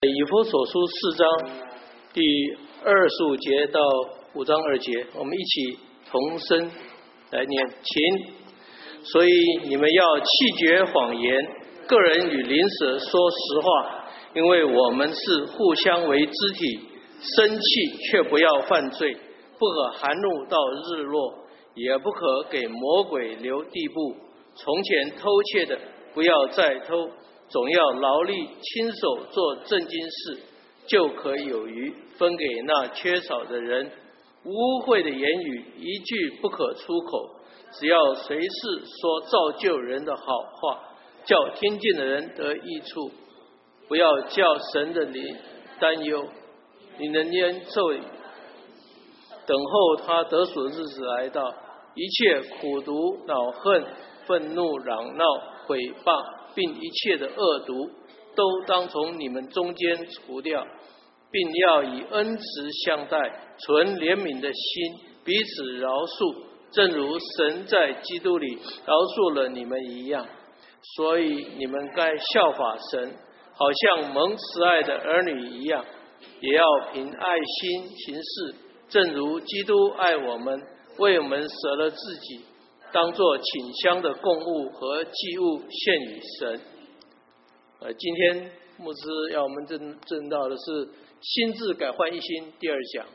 以弗所书4章第25节到5章2节，我们一起同声来念，请。所以你们要弃绝谎言，个人与邻舍说实话，因为我们是互相为肢体，生气却不要犯罪，不可含怒到日落，也不可给魔鬼留地步。从前偷窃的，不要再偷，总要劳力亲手做正经事，就可有余，分给那缺少的人。污秽的言语一句不可出口，只要随时说造就人的好话，叫听见的人得益处。不要叫神的灵担忧，你能烟咒等候他得赎的日子来到。一切苦毒、恼恨、愤怒、嚷闹、毁谤，并一切的恶毒，都当从你们中间除掉，并要以恩慈相待，存怜悯的心，彼此饶恕，正如神在基督里饶恕了你们一样。所以你们该效法神，好像蒙慈爱的儿女一样，也要凭爱心行事，正如基督爱我们，为我们舍了自己，当作请香的供物和祭物献与神。今天牧师要我们证道的是心志改换一心第2讲。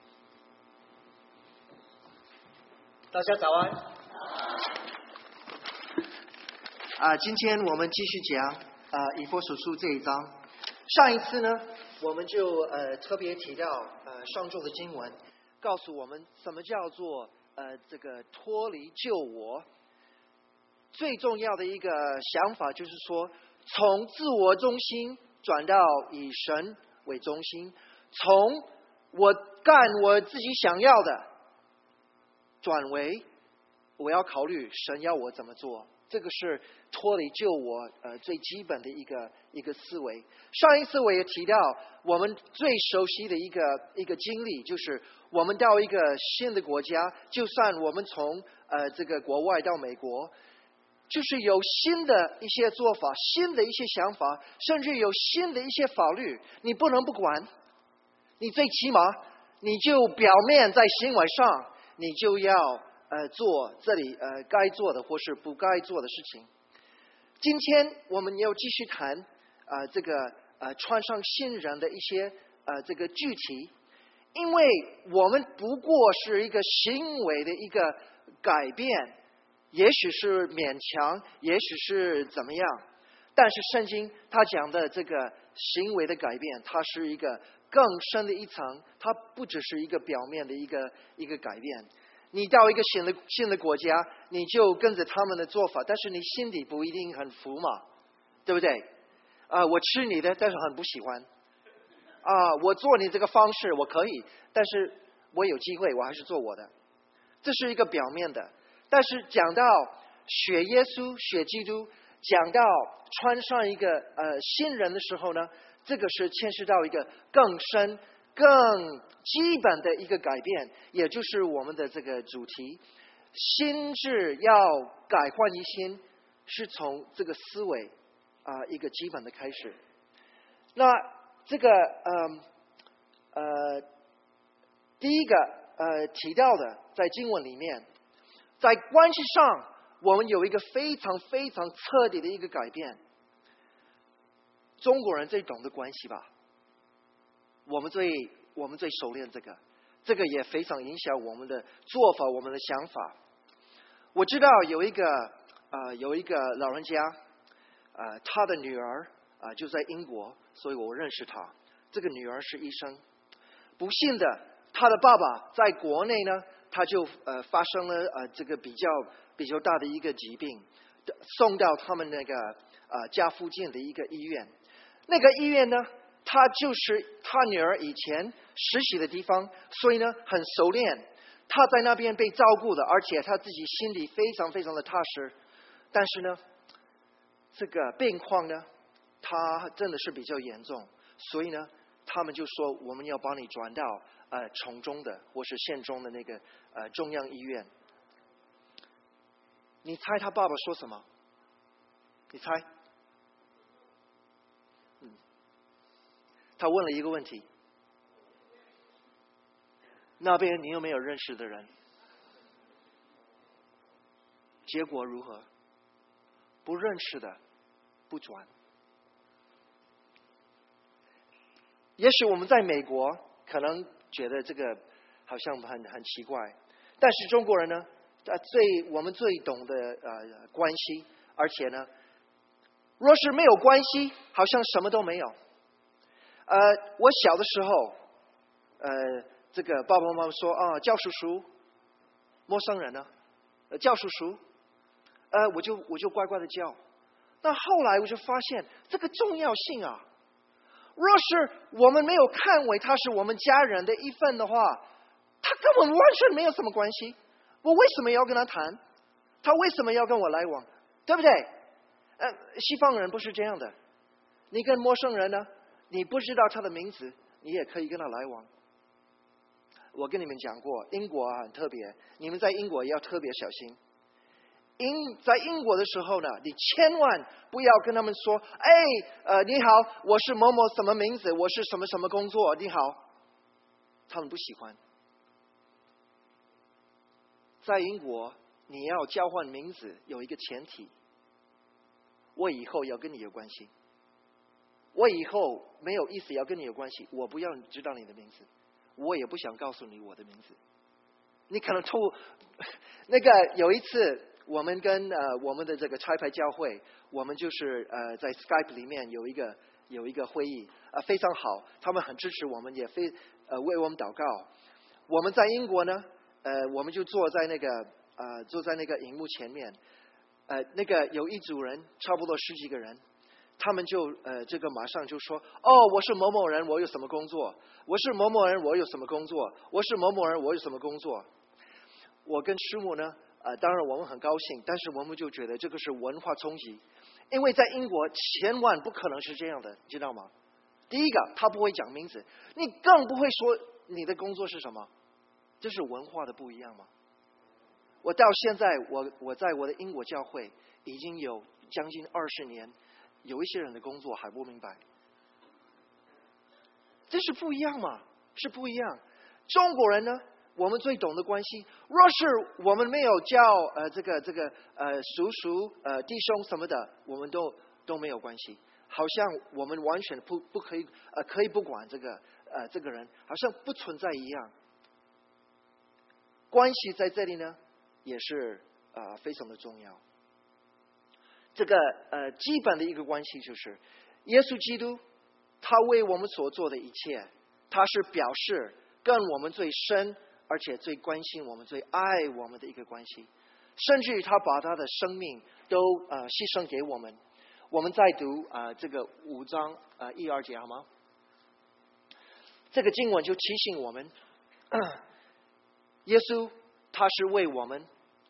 大家早安。今天我们继续讲以弗所书这一章。上一次呢，我们就特别提到上周的经文，告诉我们什么叫做这个脱离旧我。最重要的一个想法就是说，从自我中心转到以神为中心，从我干我自己想要的，转为我要考虑神要我怎么做。这个是脱离旧我最基本的一个思维。上一次我也提到，我们最熟悉的一个经历，就是我们到一个新的国家，就算我们从这个国外到美国，就是有新的一些做法，新的一些想法，甚至有新的一些法律，你不能不管，你最起码你就表面在行为上，你就要做这里该做的或是不该做的事情。今天我们要继续谈这个穿上新人的一些这个具体，因为我们不过是一个行为的一个改变，也许是勉强，也许是怎么样，但是圣经它讲的这个行为的改变，它是一个更深的一层，它不只是一个表面的一个改变。你到一个新的国家，你就跟着他们的做法，但是你心里不一定很服嘛，对不对？我吃你的，但是很不喜欢。我做你这个方式我可以，但是我有机会我还是做我的。这是一个表面的。但是讲到学耶稣、学基督，讲到穿上一个新人的时候呢，这个是牵涉到一个更深、更基本的一个改变，也就是我们的这个主题，心智要改换一心，是从这个思维一个基本的开始。那这个第一个提到的在经文里面，在关系上我们有一个非常非常彻底的一个改变。中国人最懂得关系吧，我们最熟练这个也非常影响我们的做法，我们的想法。我知道有一个老人家，他的女儿就在英国，所以我认识他。这个女儿是医生，不幸的，他的爸爸在国内呢，他就发生了这个比较大的一个疾病，送到他们那个家附近的一个医院。那个医院呢，他就是他女儿以前实习的地方，所以呢很熟练，他在那边被照顾的，而且他自己心里非常非常的踏实。但是呢，这个病况呢，他真的是比较严重，所以呢，他们就说我们要帮你转到城中的或是县中的那个中央医院。你猜他爸爸说什么？你猜？ 他问了一个问题：那边你有没有认识的人？结果如何？不认识的不转。也许我们在美国可能觉得这个好像很奇怪，但是中国人呢，我们最懂得关系，而且呢，若是没有关系，好像什么都没有。我小的时候，这个爸爸妈妈说叫叔叔，陌生人呢，叫叔叔，我就乖乖的叫。但后来我就发现这个重要性啊。若是我们没有看为他是我们家人的一份的话，他跟我们完全没有什么关系。我为什么要跟他谈？他为什么要跟我来往？对不对？西方人不是这样的。你跟陌生人呢，你不知道他的名字，你也可以跟他来往。我跟你们讲过，英国很特别，你们在英国也要特别小心。在英国的时候呢，你千万不要跟他们说，你好，我是某某什么名字，我是什么什么工作，你好。他们不喜欢。在英国，你要交换名字有一个前提，我以后要跟你有关系，我以后没有意思要跟你有关系，我不要知道你的名字，我也不想告诉你我的名字。你可能那个有一次我们跟我们的这个差派教会，我们就是在 Skype 里面有一个会议，非常好，他们很支持我们，也为我们祷告。我们在英国呢，我们就坐在那个荧幕前面，那个有一组人，差不多10几个人，他们就这个马上就说，我是某某人，我有什么工作？我是某某人，我有什么工作？我是某某人，我有什么工作？我跟师母呢，当然我们很高兴，但是我们就觉得这个是文化冲击，因为在英国千万不可能是这样的，知道吗？第一个，他不会讲名字，你更不会说你的工作是什么，这是文化的不一样吗？我到现在，我在我的英国教会已经有将近20年，有一些人的工作还不明白，这是不一样嘛？是不一样。中国人呢，我们最懂得关系。若是我们没有叫这个叔叔弟兄什么的，我们都没有关系。好像我们完全不可以可以不管这个人，好像不存在一样。关系在这里呢，也是非常的重要。这个基本的一个关系就是耶稣基督他为我们所做的一切，他是表示跟我们最深而且最关心我们最爱我们的一个关系，甚至于他把他的生命都牺牲给我们。我们再读这个5章1、2节好吗？这个经文就提醒我们，耶稣他是为我们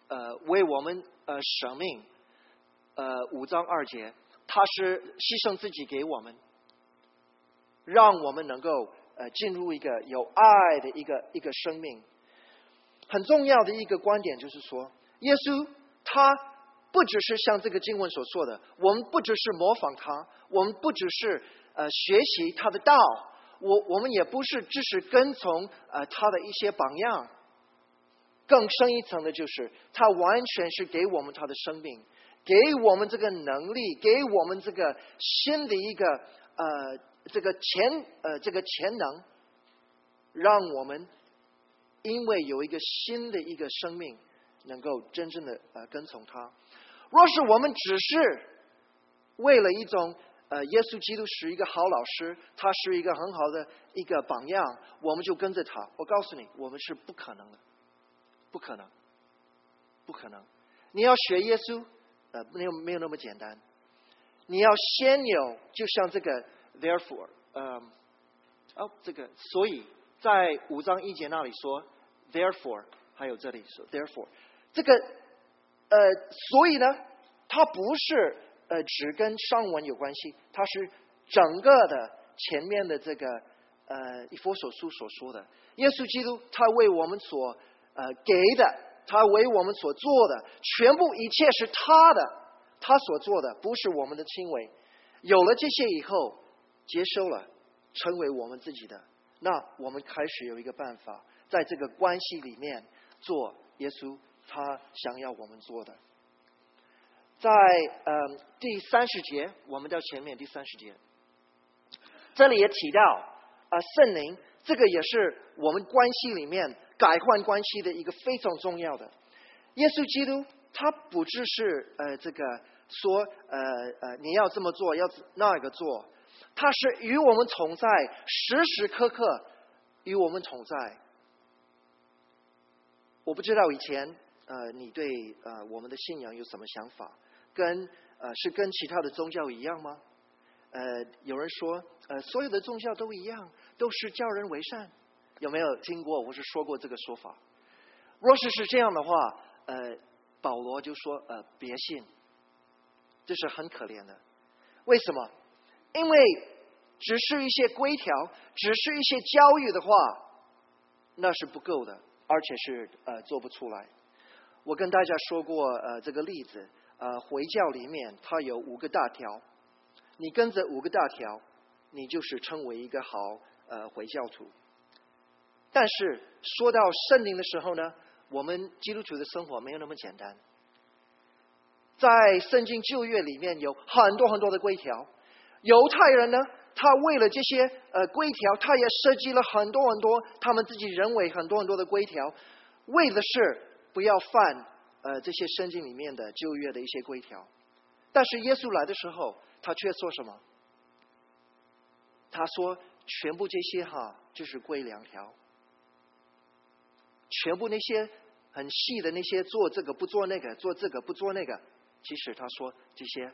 舍命。5章2节，他是牺牲自己给我们，让我们能够进入一个有爱的一个生命。很重要的一个观点就是说，耶稣他不只是像这个经文所说的，我们不只是模仿他，我们不只是学习他的道，我们也不是只是跟从他的一些榜样，更深一层的就是他完全是给我们他的生命，给我们这个能力，给我们这个新的一个这个潜能，让我们因为有一个新的一个生命，能够真正的跟从他。若是我们只是为了一种耶稣基督是一个好老师，他是一个很好的一个榜样，我们就跟着他，我告诉你，我们是不可能的，不可能，不可能。你要学耶稣没有那么简单，你要先有，就像这个 therefore 这个所以在5章1节那里说 therefore， 还有这里说 therefore， 这个所以呢，它不是只跟上文有关系，它是整个的前面的这个以弗所书所说的，耶稣基督他为我们所给的，他为我们所做的，全部一切是他的，他所做的，不是我们的亲为。有了这些以后，接受了成为我们自己的，那我们开始有一个办法，在这个关系里面做耶稣他想要我们做的。在第30节，我们到前面第30节，这里也提到圣灵，这个也是我们关系里面改换关系的一个非常重要的。耶稣基督他不只是这个说你要这么做，要那个做，他是与我们同在，时时刻刻与我们同在。我不知道以前你对我们的信仰有什么想法？是跟其他的宗教一样吗？有人说所有的宗教都一样，都是教人为善。有没有听过或是说过这个说法？若是这样的话，保罗就说别信，这是很可怜的。为什么？因为只是一些规条，只是一些教育的话，那是不够的，而且是做不出来。我跟大家说过这个例子，回教里面它有5个大条，你跟着5个大条，你就是称为一个好回教徒。但是说到圣灵的时候呢，我们基督徒的生活没有那么简单。在圣经旧约里面有很多很多的规条，犹太人呢，他为了这些规条，他也设计了很多很多他们自己人为很多很多的规条，为的是不要犯这些圣经里面的旧约的一些规条。但是耶稣来的时候，他却说什么？他说全部这些就是归2条，全部那些很细的那些做这个不做那个，做这个不做那个，其实他说这些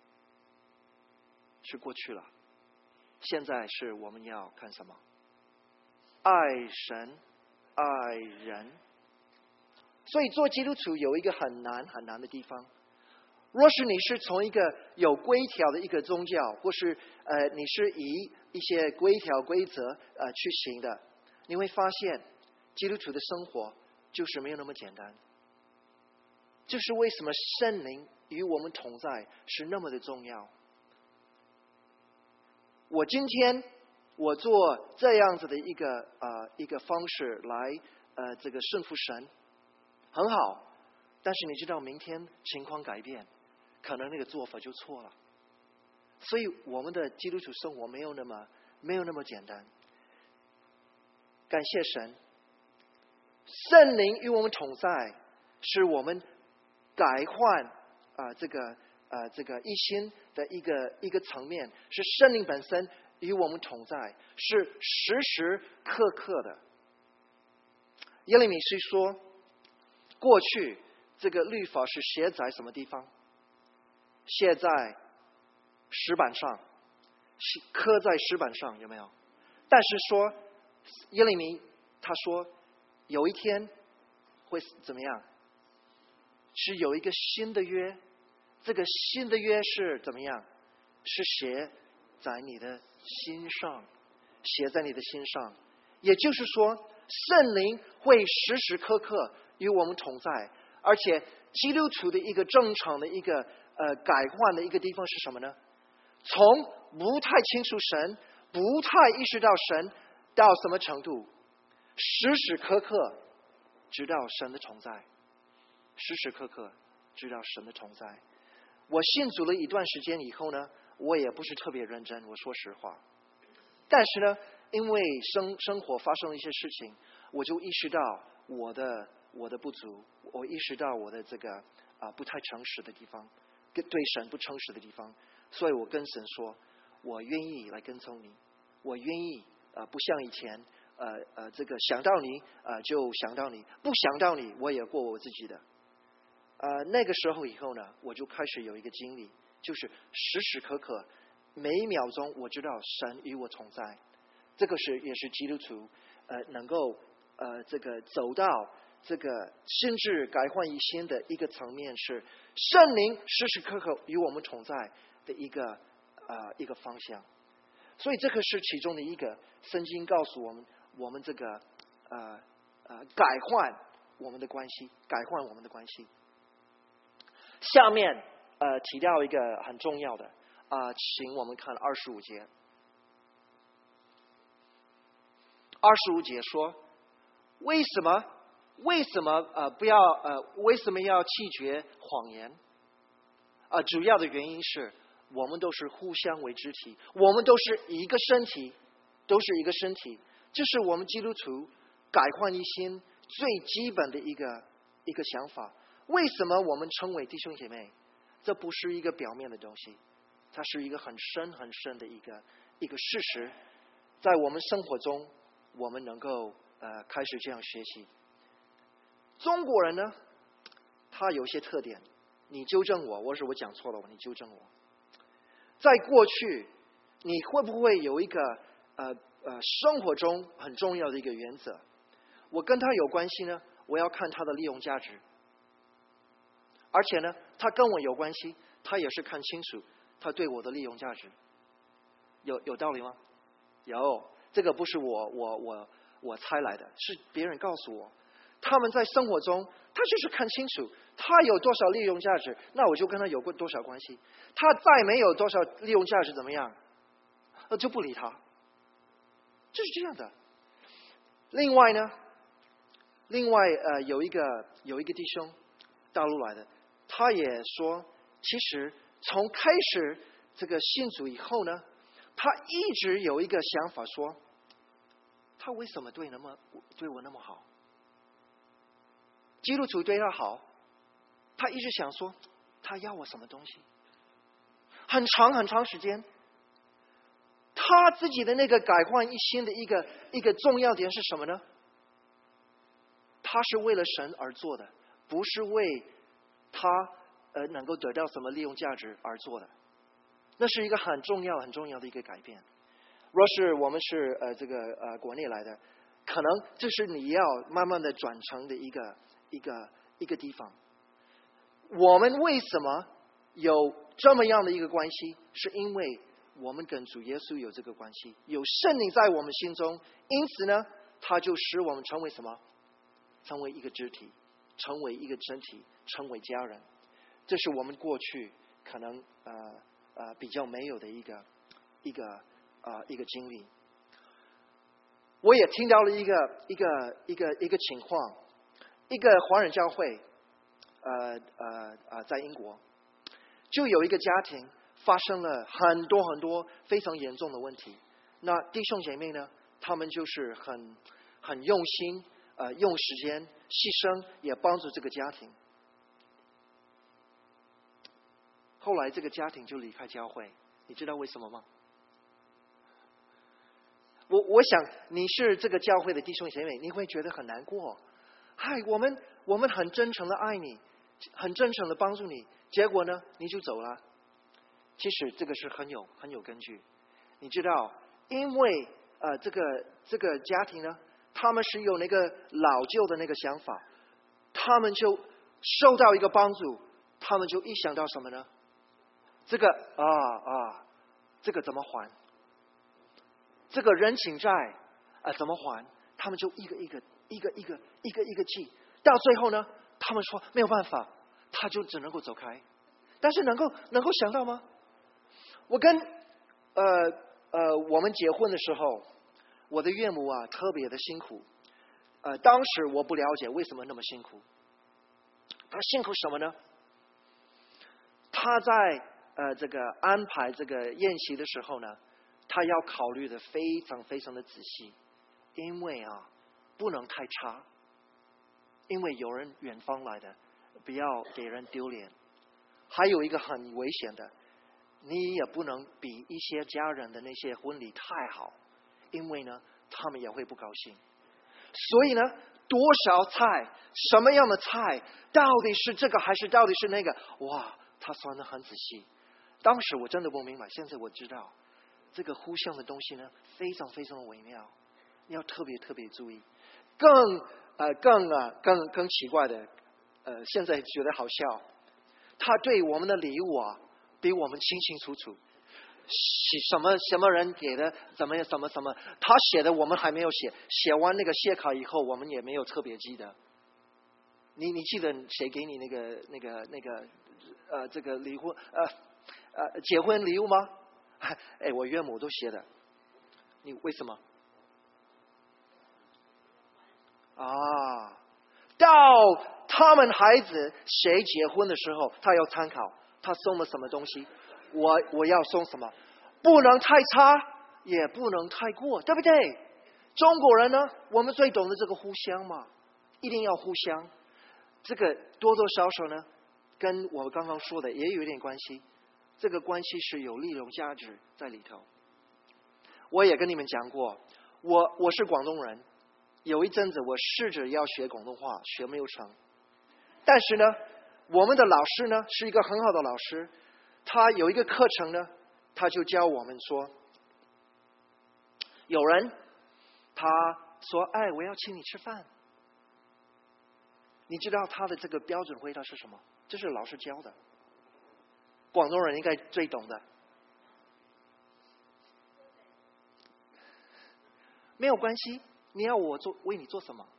是过去了，现在是我们要看什么？爱神爱人。所以做基督徒有一个很难很难的地方。若是你是从一个有规条的一个宗教，或是你是以一些规条规则去行的，你会发现基督徒的生活就是没有那么简单。就是为什么圣灵与我们同在是那么的重要。我今天我做这样子的一个方式来这个顺服神很好，但是你知道明天情况改变，可能那个做法就错了。所以我们的基督徒生活没有那么简单。感谢神，圣灵与我们同在，是我们改换这个一心的一个层面，是圣灵本身与我们同在，是时时刻刻的。耶利米书说，过去这个律法是写在什么地方？写在石板上，刻在石板上，有没有？但是说耶利米他说有一天会怎么样？是有一个新的约，这个新的约是怎么样？是写在你的心上，写在你的心上。也就是说，圣灵会时时刻刻与我们同在，而且基督徒的一个正常的一个改换的一个地方是什么呢？从不太清楚神，不太意识到神到什么程度，时时刻刻知道神的同在，时时刻刻知道神的同在。我信主了一段时间以后呢，我也不是特别认真，我说实话。但是呢，因为生活发生了一些事情，我就意识到我的不足，我意识到我的这个不太诚实的地方，对神不诚实的地方，所以我跟神说，我愿意来跟从你，我愿意不像以前这个想到你就想到你，不想到你我也过我自己的。那个时候以后呢，我就开始有一个经历，就是时时刻刻每一秒钟我知道神与我同在。这个也是基督徒能够这个走到这个心智改换一新的一个层面，是圣灵时时刻刻与我们同在的一个方向。所以这个是其中的一个，圣经告诉我们这个改换我们的关系，改换我们的关系。下面提到一个很重要的请我们看25节。 25节说，为什么要弃绝谎言？主要的原因是我们都是互相为肢体，我们都是一个身体，这是我们基督徒改换一心最基本的一个想法。为什么我们称为弟兄姐妹？这不是一个表面的东西，它是一个很深很深的一个事实，在我们生活中我们能够开始这样学习。中国人呢，他有些特点，你纠正我，或是我讲错了，你纠正我。在过去，你会不会有一个生活中很重要的一个原则？我跟他有关系呢，我要看他的利用价值，而且呢，他跟我有关系，他也是看清楚他对我的利用价值。有道理吗？有，这个不是我猜来的，是别人告诉我。他们在生活中，他就是看清楚他有多少利用价值，那我就跟他有过多少关系。他再没有多少利用价值，怎么样？就不理他，就是这样的。另外呢，有一个弟兄，大陆来的，他也说，其实从开始这个信主以后呢，他一直有一个想法说，他为什么对我那么好？基督徒对他好，他一直想说，他要我什么东西？很长时间，他自己的那个改换一心的一个重要点是什么呢？他是为了神而做的，不是为他能够得到什么利用价值而做的。那是一个很重要的一个改变。若是我们是国内来的，可能这是你要慢慢的转成的一个地方。我们为什么有这么样的一个关系？是因为我们跟主耶稣有这个关系，有圣灵在我们心中，因此呢，他就使我们成为什么？成为一个肢体，成为一个身体，成为家人。这是我们过去可能比较没有的一个经历。我也听到了一个情况，一个华人教会在英国，就有一个家庭发生了很多非常严重的问题。那弟兄姐妹呢，他们就是很用心用时间牺牲，也帮助这个家庭。后来这个家庭就离开教会，你知道为什么吗？我想你是这个教会的弟兄姐妹，你会觉得很难过。我们很真诚的爱你，很真诚的帮助你，结果呢，你就走了。其实这个是很有根据。你知道，因为这个家庭呢，他们是有那个老旧的那个想法，他们就受到一个帮助，他们就一想到什么呢？这个这个怎么还？这个人情债怎么还？他们就一个记，到最后呢，他们说没有办法，他就只能够走开。但是能够想到吗？我跟我们结婚的时候，我的岳母特别的辛苦。当时我不了解为什么那么辛苦。他辛苦什么呢？他在这个安排这个宴席的时候呢，他要考虑的非常的仔细，因为不能太差，因为有人远方来的，不要给人丢脸。还有一个很危险的，你也不能比一些家人的那些婚礼太好，因为呢，他们也会不高兴。所以呢，多少菜，什么样的菜，到底是这个还是到底是那个？哇，他算得很仔细。当时我真的不明白，现在我知道，这个互相的东西呢，非常的微妙，你要特别注意。更奇怪的，现在觉得好笑，他对我们的礼物比我们清楚，什么人给的，怎么他写的我们还没有写完那个谢卡以后，我们也没有特别记得。你记得谁给你那个这个礼物结婚礼物吗？我岳母都写的。你为什么？ 啊，到他们孩子谁结婚的时候，他要参考他送了什么东西，我要送什么，不能太差，也不能太过，对不对？中国人呢，我们最懂得这个互相嘛，一定要互相。这个多多少少呢，跟我刚刚说的也有一点关系。这个关系是有利用价值在里头。我也跟你们讲过，我是广东人，有一阵子我试着要学广东话，学没有成。但是呢，我们的老师呢是一个很好的老师，他有一个课程呢，他就教我们说，有人他说，哎，我要请你吃饭。你知道他的这个标准回答是什么？这是老师教的，广东人应该最懂的。没有关系，你要我为你做什么？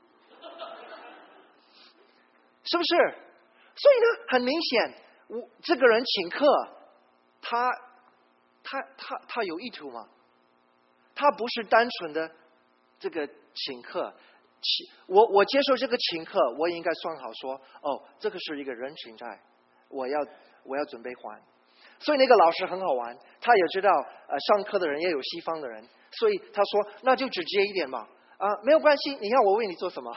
是不是？所以呢，很明显，这个人请客，他有意图吗？他不是单纯的这个请客。我接受这个请客，我也应该算好说，哦，这个是一个人情债，我要准备还。所以那个老师很好玩，他也知道上课的人也有西方的人，所以他说那就直接一点嘛，没有关系，你要我为你做什么？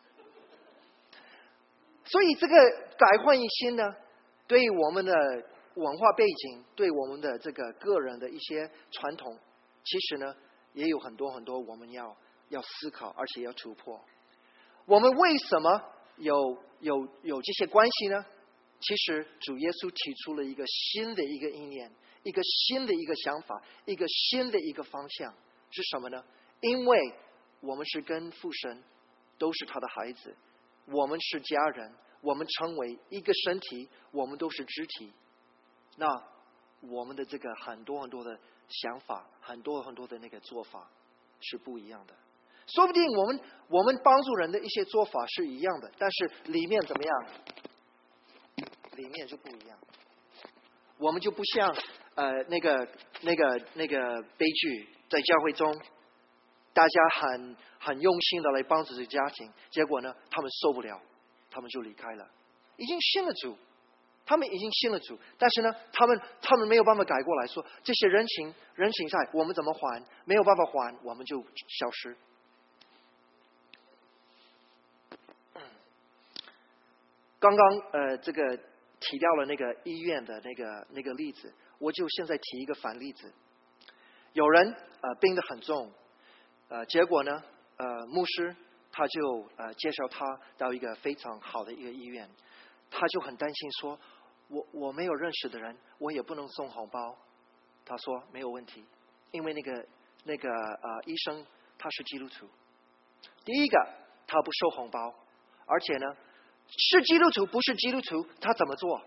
所以这个改换一新呢，对于我们的文化背景，对我们的这个个人的一些传统，其实呢也有很多很多我们要思考，而且要突破。我们为什么有这些关系呢？其实主耶稣提出了一个新的一个意念，一个新的一个想法，一个新的一个方向，是什么呢？因为我们是跟父神都是他的孩子，我们是家人，我们成为一个身体，我们都是肢体。那我们的这个很多很多的想法，很多很多的那个做法是不一样的。说不定我们帮助人的一些做法是一样的，但是里面怎么样？里面就不一样。我们就不像那个悲剧，在教会中，大家很用心的来帮助这个家庭，结果呢，他们受不了，他们就离开了。已经信了主，他们已经信了主，但是呢，他们没有办法改过来，说这些人情债我们怎么还？没有办法还，我们就消失。刚刚这个提到了那个医院的那个例子，我就现在提一个反例子。有人病得很重，结果呢牧师他就介绍他到一个非常好的一个医院，他就很担心说，我没有认识的人，我也不能送红包。他说没有问题，因为那个医生他是基督徒。第一个，他不收红包，而且呢是基督徒不是基督徒，他怎么做？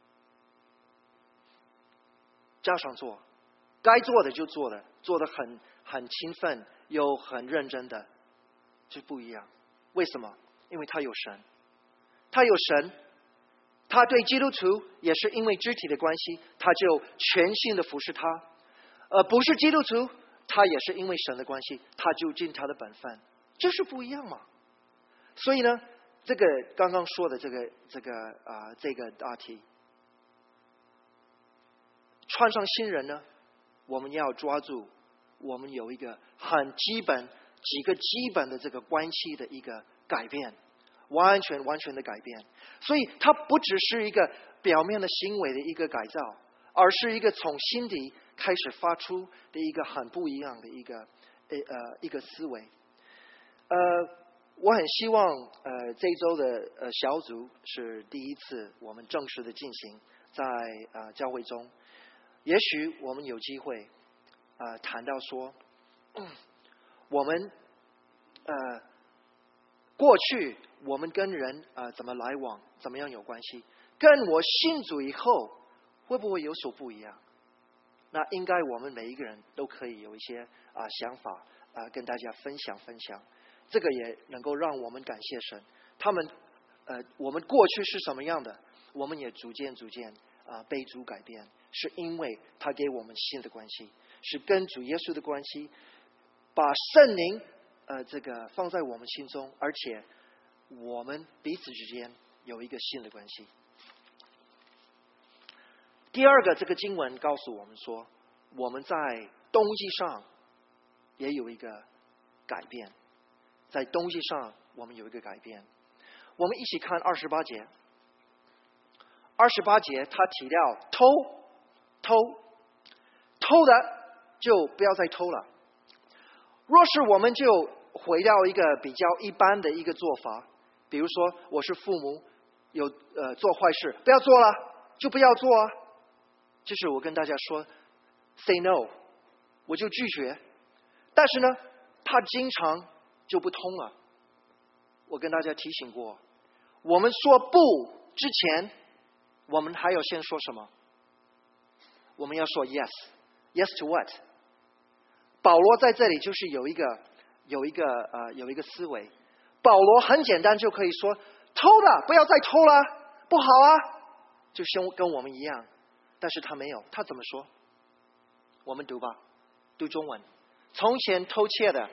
照常做，该做的就做的，做得很勤奋又很认真的，就不一样。为什么？因为他有神，他有神，他对基督徒也是因为肢体的关系，他就全心的服侍他。不是基督徒，他也是因为神的关系，他就尽他的本分，就是不一样嘛。所以呢，这个刚刚说的这个大题，穿上新人呢，我们要抓住我们有一个很基本几个基本的这个关系的一个改变，完全的改变。所以它不只是一个表面的行为的一个改造，而是一个从心底开始发出的一个很不一样的一个思维。我很希望这一周的小组是第一次我们正式的进行在教会中，也许我们有机会谈到说，我们过去我们跟人怎么来往，怎么样有关系，跟我信主以后会不会有所不一样？那应该我们每一个人都可以有一些想法跟大家分享，这个也能够让我们感谢神。我们过去是什么样的，我们也逐渐被主改变，是因为他给我们新的关系，是跟主耶稣的关系，把圣灵这个放在我们心中，而且我们彼此之间有一个新的关系。第二个，这个经文告诉我们说，我们在东西上也有一个改变，在东西上我们有一个改变。我们一起看28节。28节他提到偷的就不要再偷了。若是我们就回到一个比较一般的一个做法，比如说我是父母，有做坏事不要做了，就不要做啊。就是我跟大家说 say no， 我就拒绝。但是呢，他经常就不通了。我跟大家提醒过，我们说不之前，我们还要先说什么？我们要说 yes。Yes to what？ 保罗在这里就是有一个思维。保罗很简单就可以说偷了，不要再偷了，不好啊，就像跟我们一样。但是他没有，他怎么说？我们读吧，读中文。从前偷窃的，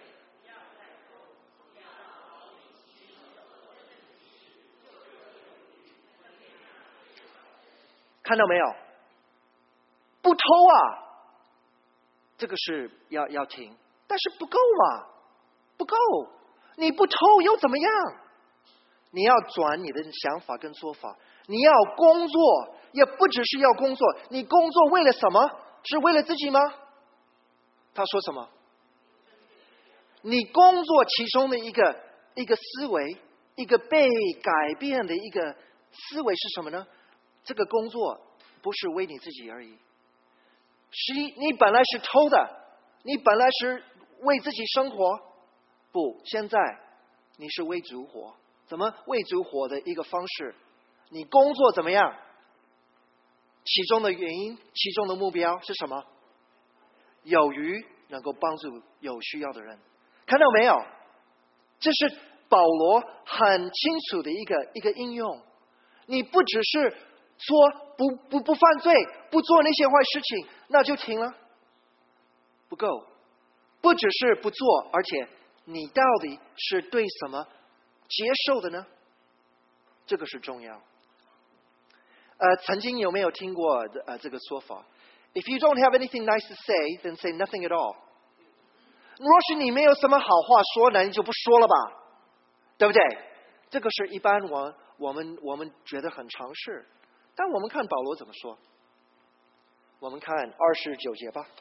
看到没有？不偷啊，这个是要停，但是不够嘛，不够。你不偷又怎么样？你要转你的想法跟做法，你要工作，也不只是要工作。你工作为了什么？是为了自己吗？他说什么？你工作其中的一个思维，一个被改变的一个思维是什么呢？这个工作不是为你自己而已。你本来是偷的，你本来是为自己生活，不，现在你是为主活。怎么为主活的一个方式？你工作怎么样？其中的原因，其中的目标是什么？有余能够帮助有需要的人。看到没有？这是保罗很清楚的一个应用。你不只是说不犯罪，不做那些坏事情，那就停了，不够。不只是不做，而且你到底是对什么接受的呢？这个是重要。曾经有没有听过这个说法 ？If you don't have anything nice to say, then say nothing at all。若是你没有什么好话说，那你就不说了吧，对不对？这个是一般我们觉得很常识，但我们看保罗怎么说。我们看29节吧，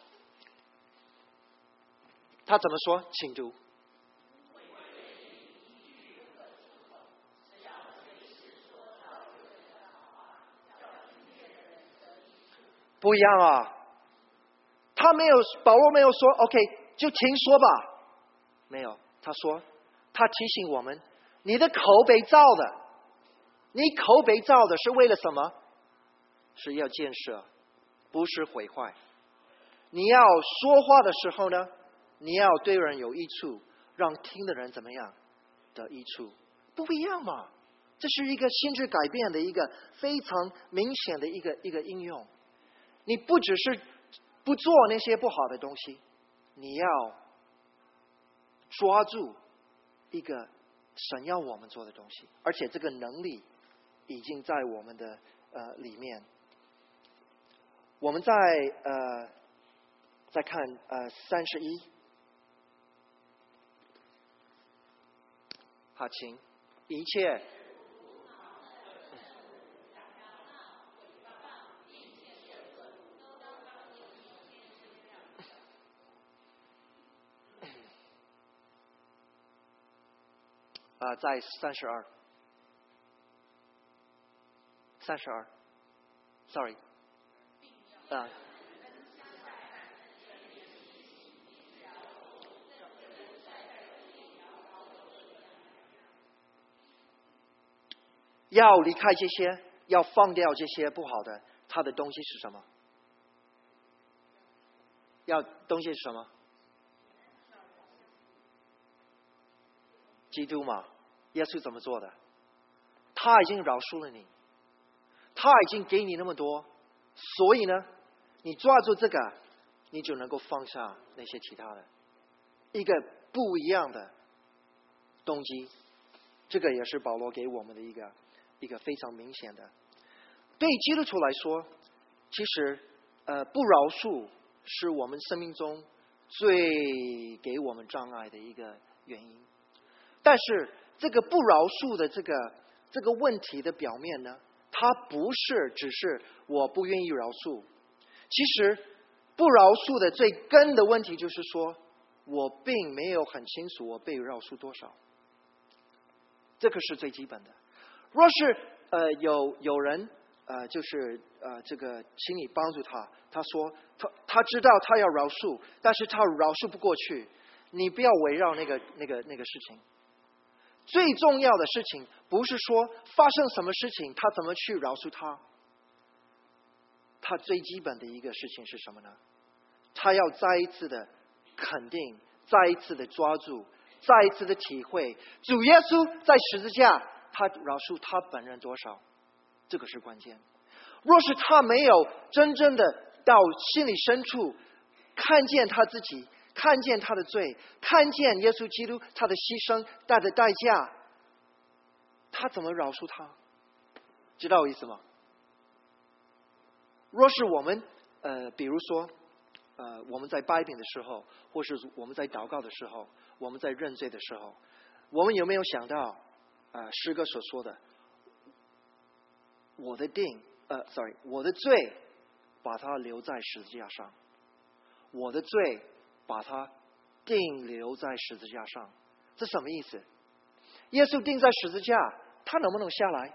他怎么说？请读。不一样啊，保罗没有说 OK 就停说吧，没有，他说他提醒我们，你的口被造的，你口被造的是为了什么？是要建设，不是毁坏。你要说话的时候呢，你要对人有益处，让听的人怎么样得益处，不一样嘛。这是一个心智改变的一个非常明显的一个应用。你不只是不做那些不好的东西，你要抓住一个神要我们做的东西，而且这个能力已经在我们的里面。我们再看31，好，请一切。在32 ，sorry，要离开这些，要放掉这些不好的，他的东西是什么？东西是什么？基督嘛，耶稣怎么做的？他已经饶恕了你，他已经给你那么多，所以呢，你抓住这个，你就能够放下那些其他的。一个不一样的动机。这个也是保罗给我们的一个非常明显的。对基督徒来说，其实不饶恕是我们生命中最给我们障碍的一个原因。但是这个不饶恕的这个问题的表面呢，它不是只是我不愿意饶恕，其实不饶恕的最根的问题就是说，我并没有很清楚我被饶恕多少，这个是最基本的。若是有人就是这个请你帮助他，他说他知道他要饶恕，但是他饶恕不过去，你不要围绕那个事情。最重要的事情不是说发生什么事情他怎么去饶恕他，他最基本的一个事情是什么呢？他要再一次的肯定，再一次的抓住，再一次的体会主耶稣在十字架他饶恕他本人多少，这个是关键。若是他没有真正的到心里深处看见他自己，看见他的罪，看见耶稣基督他的牺牲带的代价，他怎么饶恕他？知道我意思吗？若是我们比如说我们在掰饼的时候，或是我们在祷告的时候，我们在认罪的时候，我们有没有想到诗歌所说的我的罪把它留在十字架上，我的罪把它钉留在十字架上，这什么意思？耶稣钉在十字架，他能不能下来？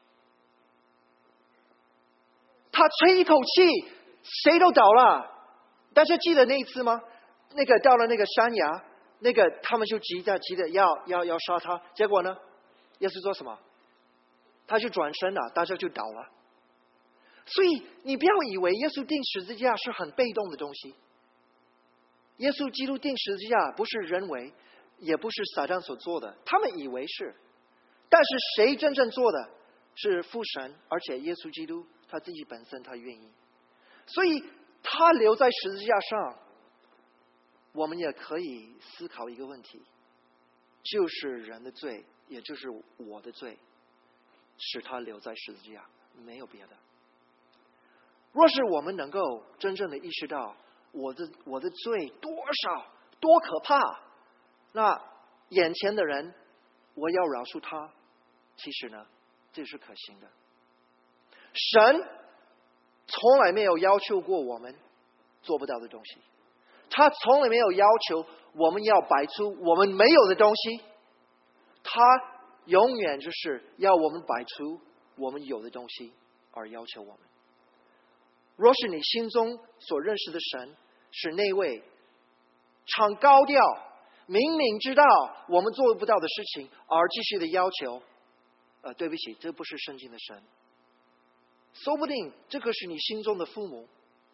他吹一口气，谁都倒了。大家记得那一次吗？那个到了那个山崖，那个他们就急着要杀他，结果呢，耶稣做什么？他就转身了，大家就倒了。所以你不要以为耶稣钉十字架是很被动的东西。耶稣基督钉十字架不是人为，也不是撒旦所做的，他们以为是，但是谁真正做的是父神，而且耶稣基督他自己本身他愿意，所以他留在十字架上。我们也可以思考一个问题，就是人的罪，也就是我的罪，使他留在十字架，没有别的。若是我们能够真正的意识到我的罪多少多可怕，那眼前的人我要饶恕他，其实呢这是可行的。神从来没有要求过我们做不到的东西，他从来没有要求我们要摆出我们没有的东西，他永远就是要我们摆出我们有的东西而要求我们。若是你心中所认识的神是那位唱高调明明知道我们做不到的事情而继续的要求，对不起，这不是圣经的神。说不定这个是你心中的父母，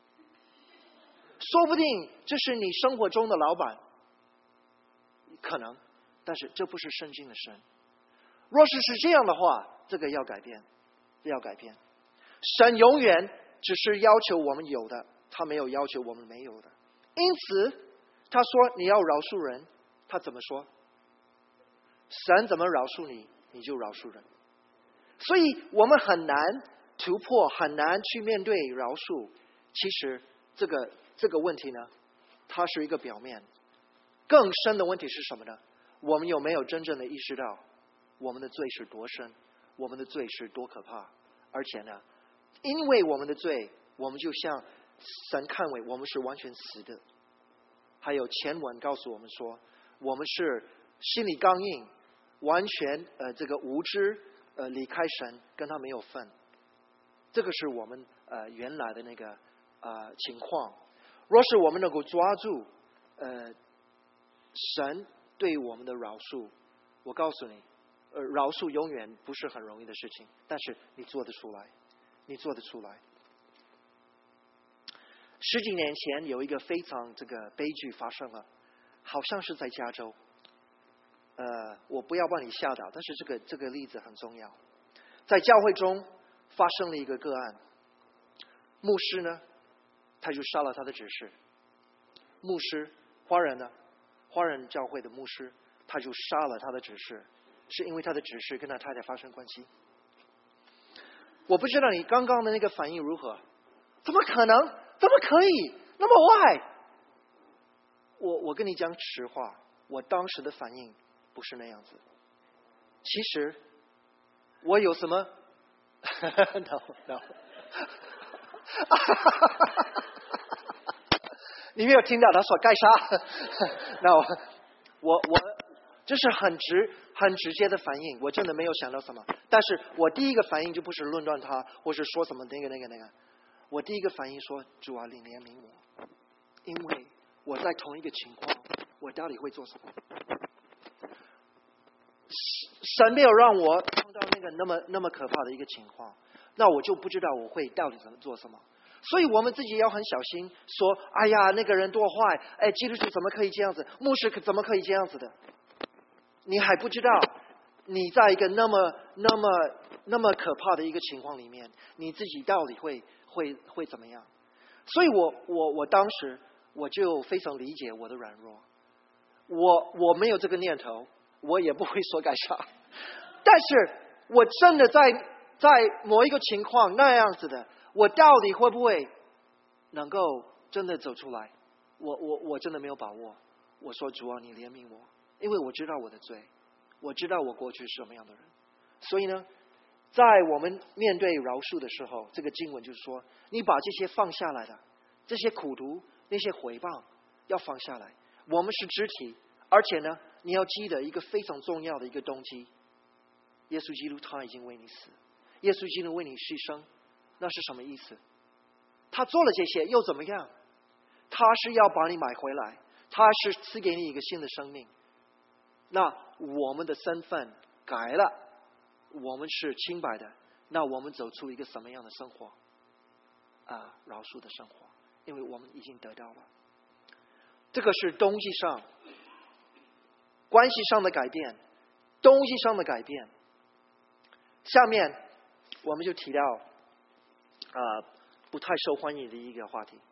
说不定这是你生活中的老板，可能，但是这不是圣经的神。若是这样的话，这个要改变，要改变。神永远只是要求我们有的，他没有要求我们没有的。因此他说你要饶恕人，他怎么说？神怎么饶恕你，你就饶恕人。所以我们很难突破，很难去面对饶恕。其实这个问题呢，它是一个表面，更深的问题是什么呢？我们有没有真正的意识到我们的罪是多深，我们的罪是多可怕？而且呢，因为我们的罪，我们就像神看为我们是完全死的。还有前文告诉我们说，我们是心里刚硬，完全这个无知，离开神，跟他没有份。这个是我们原来的那个情况。若是我们能够抓住神对我们的饶恕，我告诉你，饶恕永远不是很容易的事情，但是你做得出来，你做得出来。10几年前有一个非常这个悲剧发生了，好像是在加州。我不要把你吓倒，但是这个例子很重要。在教会中发生了一个个案，牧师呢，他就杀了他的执事。牧师，华人教会的牧师， 他就杀了他的执事，是因为他的执事跟他太太发生关系。我不知道你刚刚的那个反应如何？怎么可能？怎么可以那么坏？我跟你讲实话，我当时的反应不是那样子。其实我有什么？no， 你没有听到他说该杀？那我这是很直接的反应，我真的没有想到什么。但是我第一个反应就不是论断他，或是说什么那个。我第一个反应说：主啊，你怜悯我，因为我在同一个情况，我到底会做什么？神没有让我碰到那个那么可怕的一个情况，那我就不知道我会到底怎么做什么。所以我们自己要很小心，说：哎呀，那个人多坏！哎，基督徒怎么可以这样子？牧师怎么可以这样子的？你还不知道，你在一个那么可怕的一个情况里面，你自己到底会怎么样？所以我当时我就非常理解我的软弱，我没有这个念头，我也不会说该杀，但是我真的在某一个情况那样子的，我到底会不会能够真的走出来？我真的没有把握。我说主啊，你怜悯我，因为我知道我的罪，我知道我过去是什么样的人。所以呢，在我们面对饶恕的时候，这个经文就是说，你把这些放下来的，这些苦毒，那些毁谤要放下来。我们是肢体，而且呢，你要记得一个非常重要的一个动机，耶稣基督他已经为你死，耶稣基督为你牺牲，那是什么意思？他做了这些又怎么样？他是要把你买回来，他是赐给你一个新的生命。那我们的身份改了，我们是清白的，那我们走出一个什么样的生活？饶恕的生活，因为我们已经得到了。这个是东西上、关系上的改变，东西上的改变。下面我们就提到不太受欢迎的一个话题，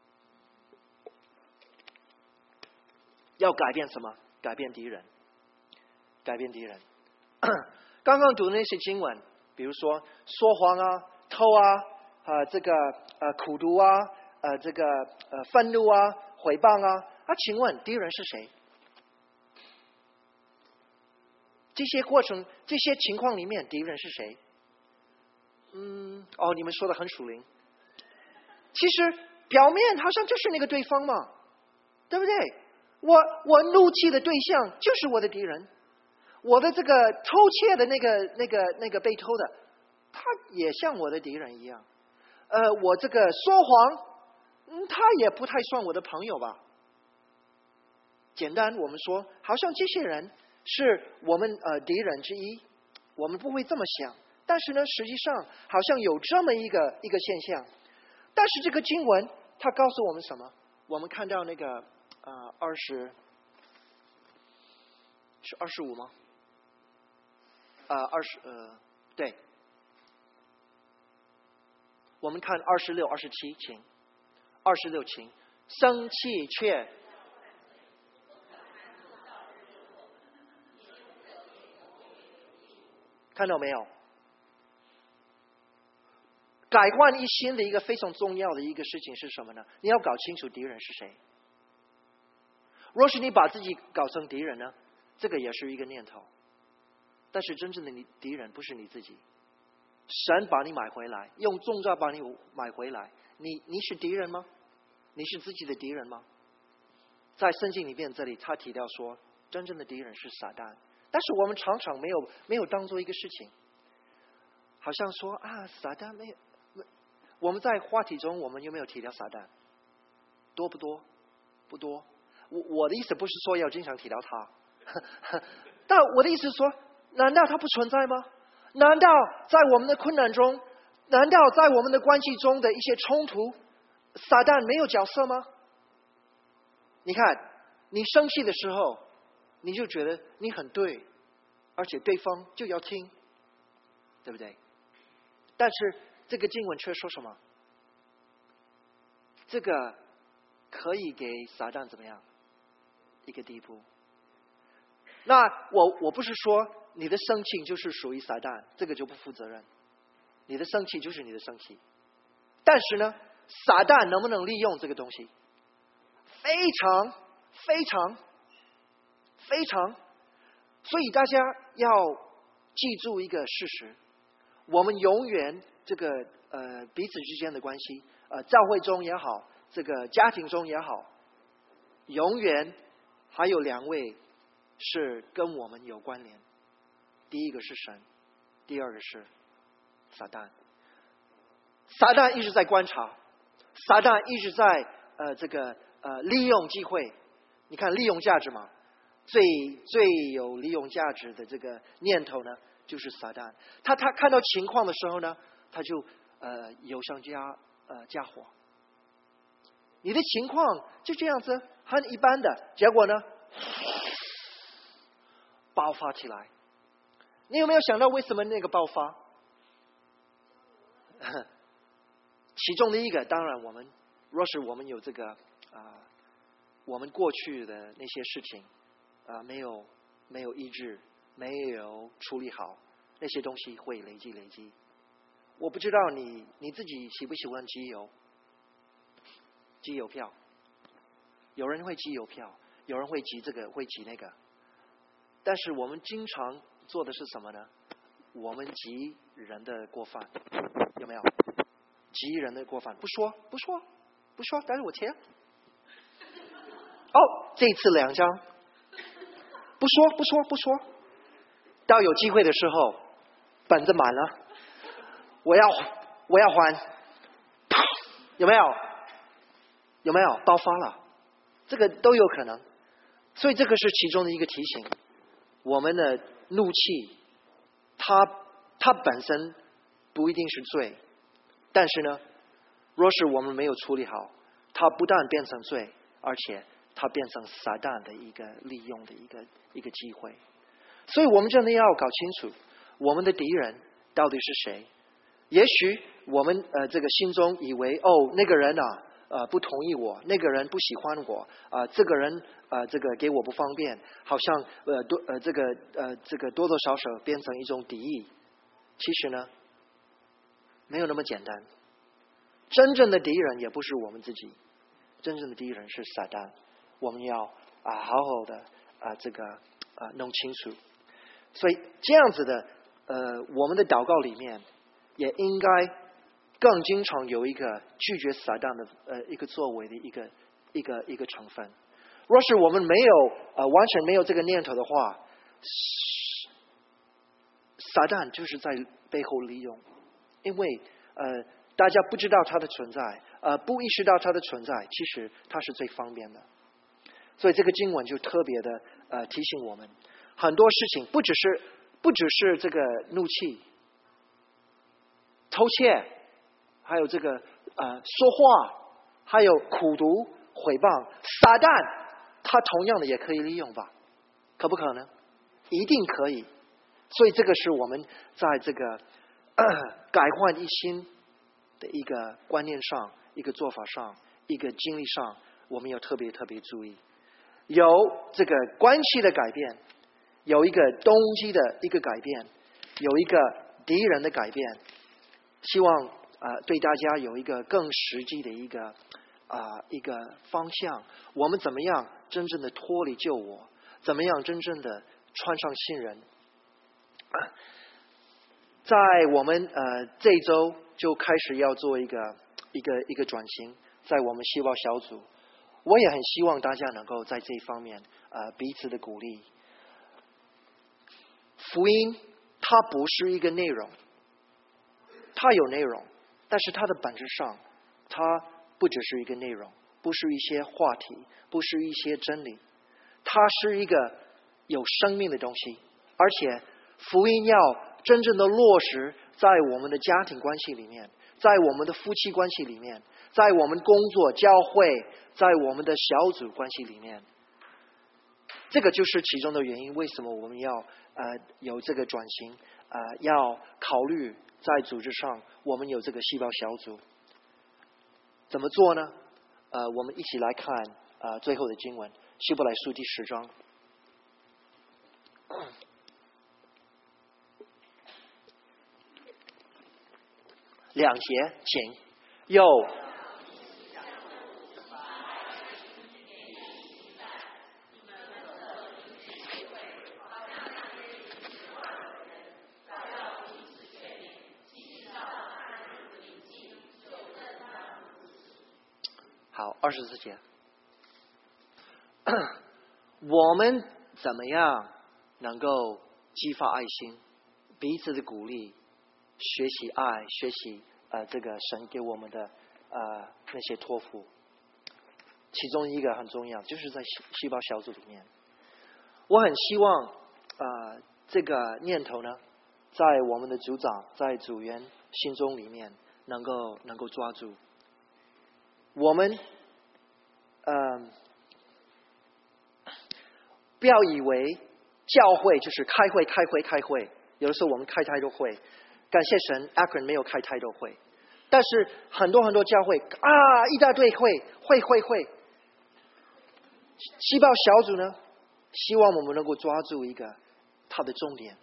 要改变什么？改变敌人，改变敌人。刚刚读的那些经文，比如说说谎啊、偷啊、这个苦毒啊、这个愤怒啊、毁谤啊，请问敌人是谁？这些过程、这些情况里面，敌人是谁？你们说的很属灵。其实表面好像就是那个对方嘛，对不对？我怒气的对象就是我的敌人，我的这个偷窃的那个被偷的，他也像我的敌人一样。我这个说谎，他也不太算我的朋友吧。简单我们说，好像这些人是我们敌人之一，我们不会这么想。但是呢，实际上好像有这么一个现象。但是这个经文它告诉我们什么？我们看到那个是25吗对，我们看26、27，请26，请生气却看到没有？改换一心的一个非常重要的一个事情是什么呢？你要搞清楚敌人是谁。若是你把自己搞成敌人呢，这个也是一个念头。但是真正的敌人不是你自己，神把你买回来，用重价把你买回来，你是敌人吗？你是自己的敌人吗？在圣经里面这里他提到说，真正的敌人是撒旦，但是我们常常没有当做一个事情，好像说撒旦没有。我们在话题中，我们有没有提到撒旦？多不多？不多。我的意思不是说要经常提到他，但我的意思是说，难道他不存在吗？难道在我们的困难中，难道在我们的关系中的一些冲突，撒旦没有角色吗？你看，你生气的时候，你就觉得你很对，而且对方就要听，对不对？但是这个经文却说什么？这个可以给撒旦怎么样一个地步？ 那我不是说你的生气就是属于撒旦，这个就不负责任。你的生气就是你的生气，但是呢，撒旦能不能利用这个东西？非常非常非常，所以大家要记住一个事实：我们永远这个彼此之间的关系，教会中也好，这个家庭中也好，永远还有两位是跟我们有关联。第一个是神，第二个是撒旦。撒旦一直在观察，撒旦一直在利用机会。你看利用价值嘛，最有利用价值的这个念头呢，就是撒旦。他看到情况的时候呢，他就油上加火。你的情况就这样子很一般的，结果呢爆发起来。你有没有想到为什么那个爆发？其中的一个，当然若是我们有这个我们过去的那些事情没有医治，没有处理好，那些东西会累积。我不知道你自己喜不喜欢集邮票？有人会集邮票，有人会集这个，会集那个。但是我们经常做的是什么呢？我们集人的过犯，有没有？集人的过犯，不说，但是我签。这次2张，不说，到有机会的时候，本子满了，我要还，有没有爆发了？这个都有可能，所以这个是其中的一个提醒。我们的怒气，它本身不一定是罪，但是呢，若是我们没有处理好，它不但变成罪，而且它变成撒旦的一个利用的一个机会。所以我们真的要搞清楚我们的敌人到底是谁。也许我们这个心中以为那个人不同意我，那个人不喜欢我，这个人这个给我不方便，好像这个多多少少变成一种敌意。其实呢，没有那么简单。真正的敌人也不是我们自己，真正的敌人是撒旦。我们要好好的弄清楚。所以这样子的我们的祷告里面也应该更经常有一个拒绝撒旦的一个作为的一个成分。若是我们没有完全没有这个念头的话，撒旦就是在背后利用，因为大家不知道它的存在，不意识到它的存在，其实它是最方便的。所以这个经文就特别的提醒我们，很多事情不只是这个怒气、偷窃，还有这个说话，还有苦毒、毁谤，撒旦他同样的也可以利用吧？可不可能？一定可以。所以这个是我们在这个改换一心的一个观念上、一个做法上、一个经历上，我们要特别注意。有这个关系的改变，有一个动机的一个改变，有一个敌人的改变。希望对大家有一个更实际的一个方向。我们怎么样真正的脱离旧我？怎么样真正的穿上新人？在我们这一周就开始要做一个转型，在我们细胞小组，我也很希望大家能够在这一方面彼此的鼓励。福音它不是一个内容，它有内容，但是它的本质上，它不只是一个内容，不是一些话题，不是一些真理，它是一个有生命的东西。而且福音要真正的落实在我们的家庭关系里面，在我们的夫妻关系里面，在我们工作、教会，在我们的小组关系里面。这个就是其中的原因，为什么我们要有这个转型，要考虑在组织上我们有这个细胞小组。怎么做呢？我们一起来看最后的经文，希伯来书第10章。 2节，请又好，24节。我们怎么样能够激发爱心，彼此的鼓励，学习爱，学习这个神给我们的那些托付。其中一个很重要，就是在细胞小组里面，我很希望这个念头呢，在我们的组长，在组员心中里面能够抓住。我们不要以为教会就是开会，有的时候我们开太多会，感谢神 Akron 没有开太多会，但是很多教会一大堆会，细胞小组呢，希望我们能够抓住一个它的重点，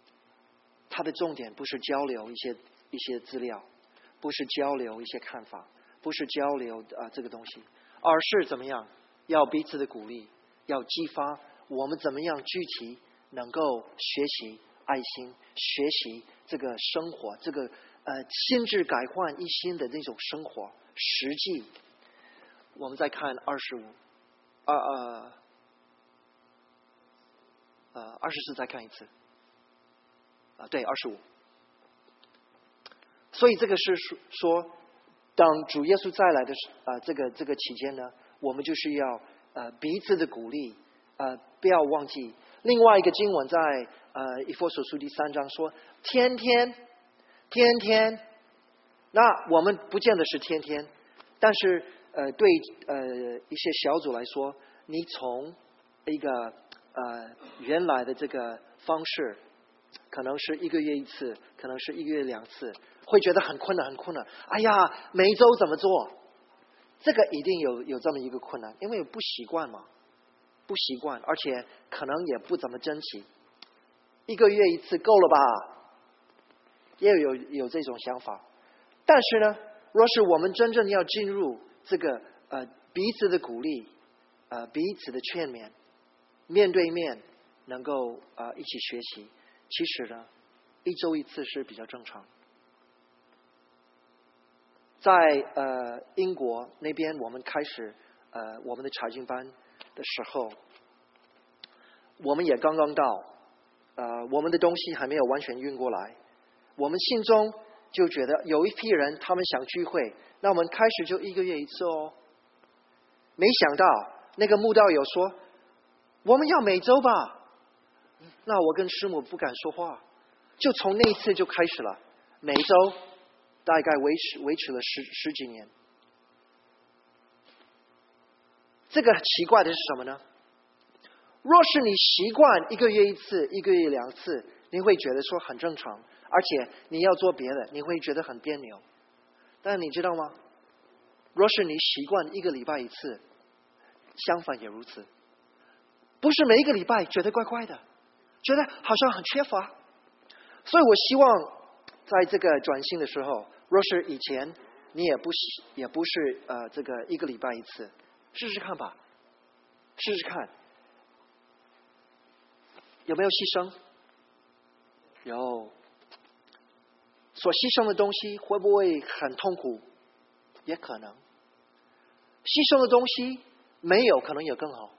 不是交流一些资料，不是交流一些看法，不是交流这个东西，而是怎么样要彼此的鼓励，要激发我们怎么样具体能够学习爱心，学习这个生活，这个心智改换一新的那种生活实际。我们再看24再看一次对25。所以这个是说，当主耶稣再来的这个期间呢，我们就是要彼此的鼓励，不要忘记另外一个经文在以弗所书第3章说，天天，那我们不见得是天天，但是对一些小组来说，你从一个原来的这个方式，可能是1个月1次，可能是1个月2次，会觉得很困难。哎呀，每一周怎么做？这个一定有这么一个困难，因为不习惯嘛，而且可能也不怎么珍惜。1个月1次够了吧？也有这种想法。但是呢，若是我们真正要进入这个彼此的鼓励，彼此的劝勉，面对面能够一起学习，其实呢，1周1次是比较正常。在英国那边，我们开始我们的查经班的时候，我们也刚刚到，我们的东西还没有完全运过来，我们心中就觉得有一批人他们想聚会，那我们开始就1个月1次哦。没想到那个慕道友说我们要每周吧，那我跟师母不敢说话，就从那一次就开始了，每周大概维持了十几年。这个奇怪的是什么呢？若是你习惯1个月1次，1个月2次，你会觉得说很正常，而且你要做别的，你会觉得很别扭。但你知道吗？若是你习惯1个礼拜1次，相反也如此。不是每一个礼拜觉得怪怪的，觉得好像很缺乏。所以我希望在这个转型的时候，若是以前你也不是这个1个礼拜1次，试试看吧，试试看有没有牺牲，有，所牺牲的东西会不会很痛苦？也可能。牺牲的东西没有，可能也更好。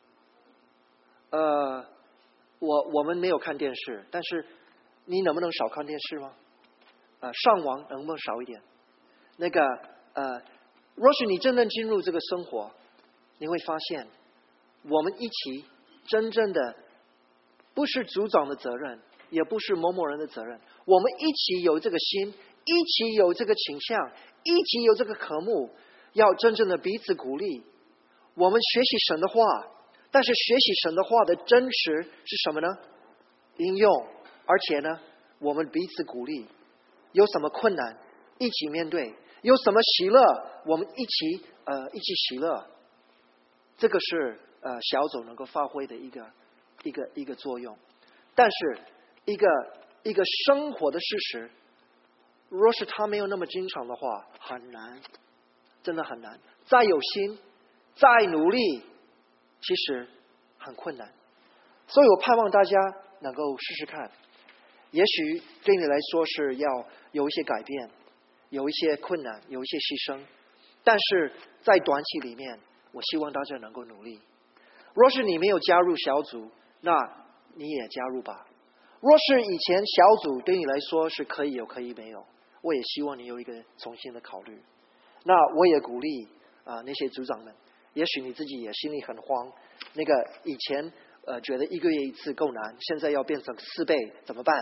我们没有看电视，但是你能不能少看电视吗？上网能不能少一点？那个若是你真正进入这个生活，你会发现，我们一起真正的不是组长的责任，也不是某某人的责任，我们一起有这个心，一起有这个倾向，一起有这个科目，要真正的彼此鼓励。我们学习神的话，但是学习神的话的真实是什么呢？应用，而且呢，我们彼此鼓励。有什么困难一起面对，有什么喜乐我们一起喜乐。这个是小组能够发挥的一个作用。 但是一个生活的事实，若是他没有那么经常的话，很难，真的很难。再有心，再努力，其实很困难。所以我盼望大家能够试试看，也许对你来说是要有一些改变，有一些困难，有一些牺牲，但是在短期里面，我希望大家能够努力。若是你没有加入小组，那你也加入吧。若是以前小组对你来说是可以有可以没有，我也希望你有一个重新的考虑。那我也鼓励那些组长们，也许你自己也心里很慌，那个以前觉得1个月1次够难，现在要变成4倍怎么办？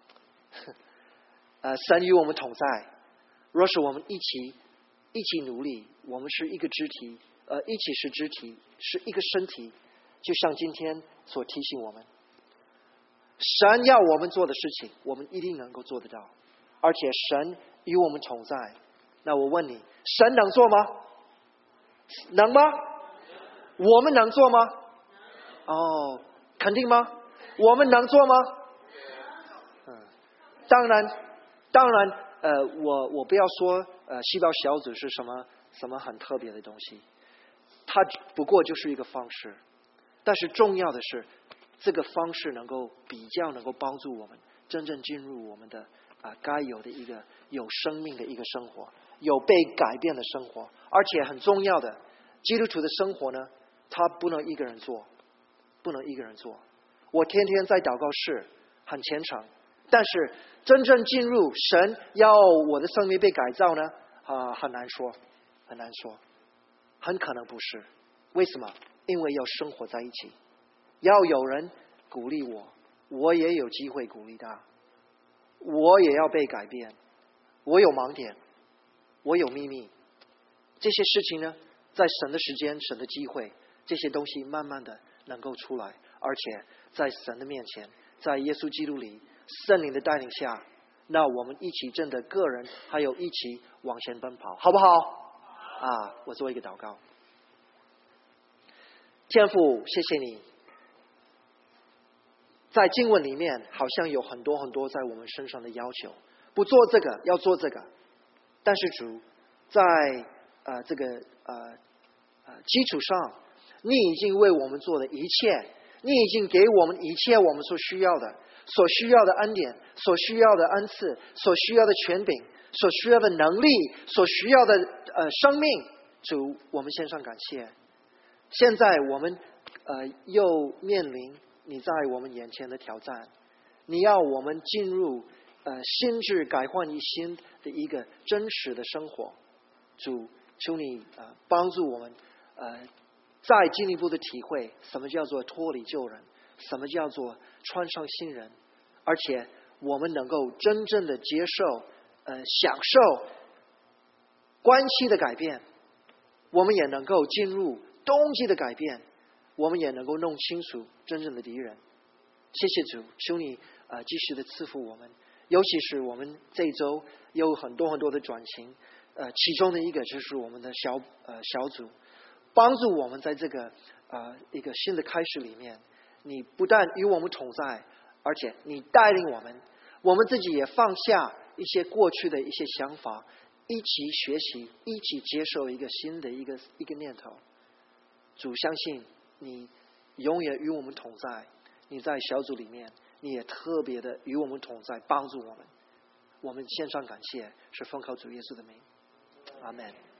神与我们同在，若是我们一起努力，我们是一个肢体，一起是肢体，是一个身体，就像今天所提醒我们，神要我们做的事情，我们一定能够做得到，而且神与我们同在。那我问你，神能做吗？能吗？我们能做吗？哦，肯定吗？我们能做吗？当然，我不要说细胞小组是什么很特别的东西，它不过就是一个方式，但是重要的是，这个方式比较能够帮助我们真正进入我们的该有的一个有生命的一个生活，有被改变的生活，而且很重要的，基督徒的生活呢，他不能一个人做，不能一个人做。我天天在祷告室很虔诚，但是真正进入神要我的生命被改造呢，很难说，很难说，很可能不是。为什么？因为要生活在一起，要有人鼓励我，我也有机会鼓励他，我也要被改变，我有盲点，我有秘密，这些事情呢，在神的时间、神的机会，这些东西慢慢的能够出来，而且在神的面前，在耶稣基督里圣灵的带领下，那我们一起真的个人还有一起往前奔跑，好不好？我做一个祷告。天父，谢谢你，在经文里面好像有很多很多在我们身上的要求，不做这个要做这个，但是主在这个基础上，你已经为我们做的一切，你已经给我们一切我们所需要的恩典，所需要的恩赐，所需要的权柄，所需要的能力，所需要的生命。主，我们献上感谢。现在我们又面临你在我们眼前的挑战，你要我们进入心智改换一新的一个真实的生活。主，求你帮助我们再进一步的体会什么叫做脱离旧人，什么叫做穿上新人，而且我们能够真正的接受享受关系的改变，我们也能够进入动机的改变，我们也能够弄清楚真正的敌人。谢谢主，求你继续的赐福我们，尤其是我们这一周有很多很多的转型，其中的一个就是我们的小组，帮助我们在这个一个新的开始里面，你不但与我们同在，而且你带领我们自己也放下一些过去的一些想法，一起学习，一起接受一个新的一个念头。主，相信你永远与我们同在，你在小组里面你也特别的与我们同在，帮助我们。我们献上感谢，是奉靠主耶稣的名，阿们。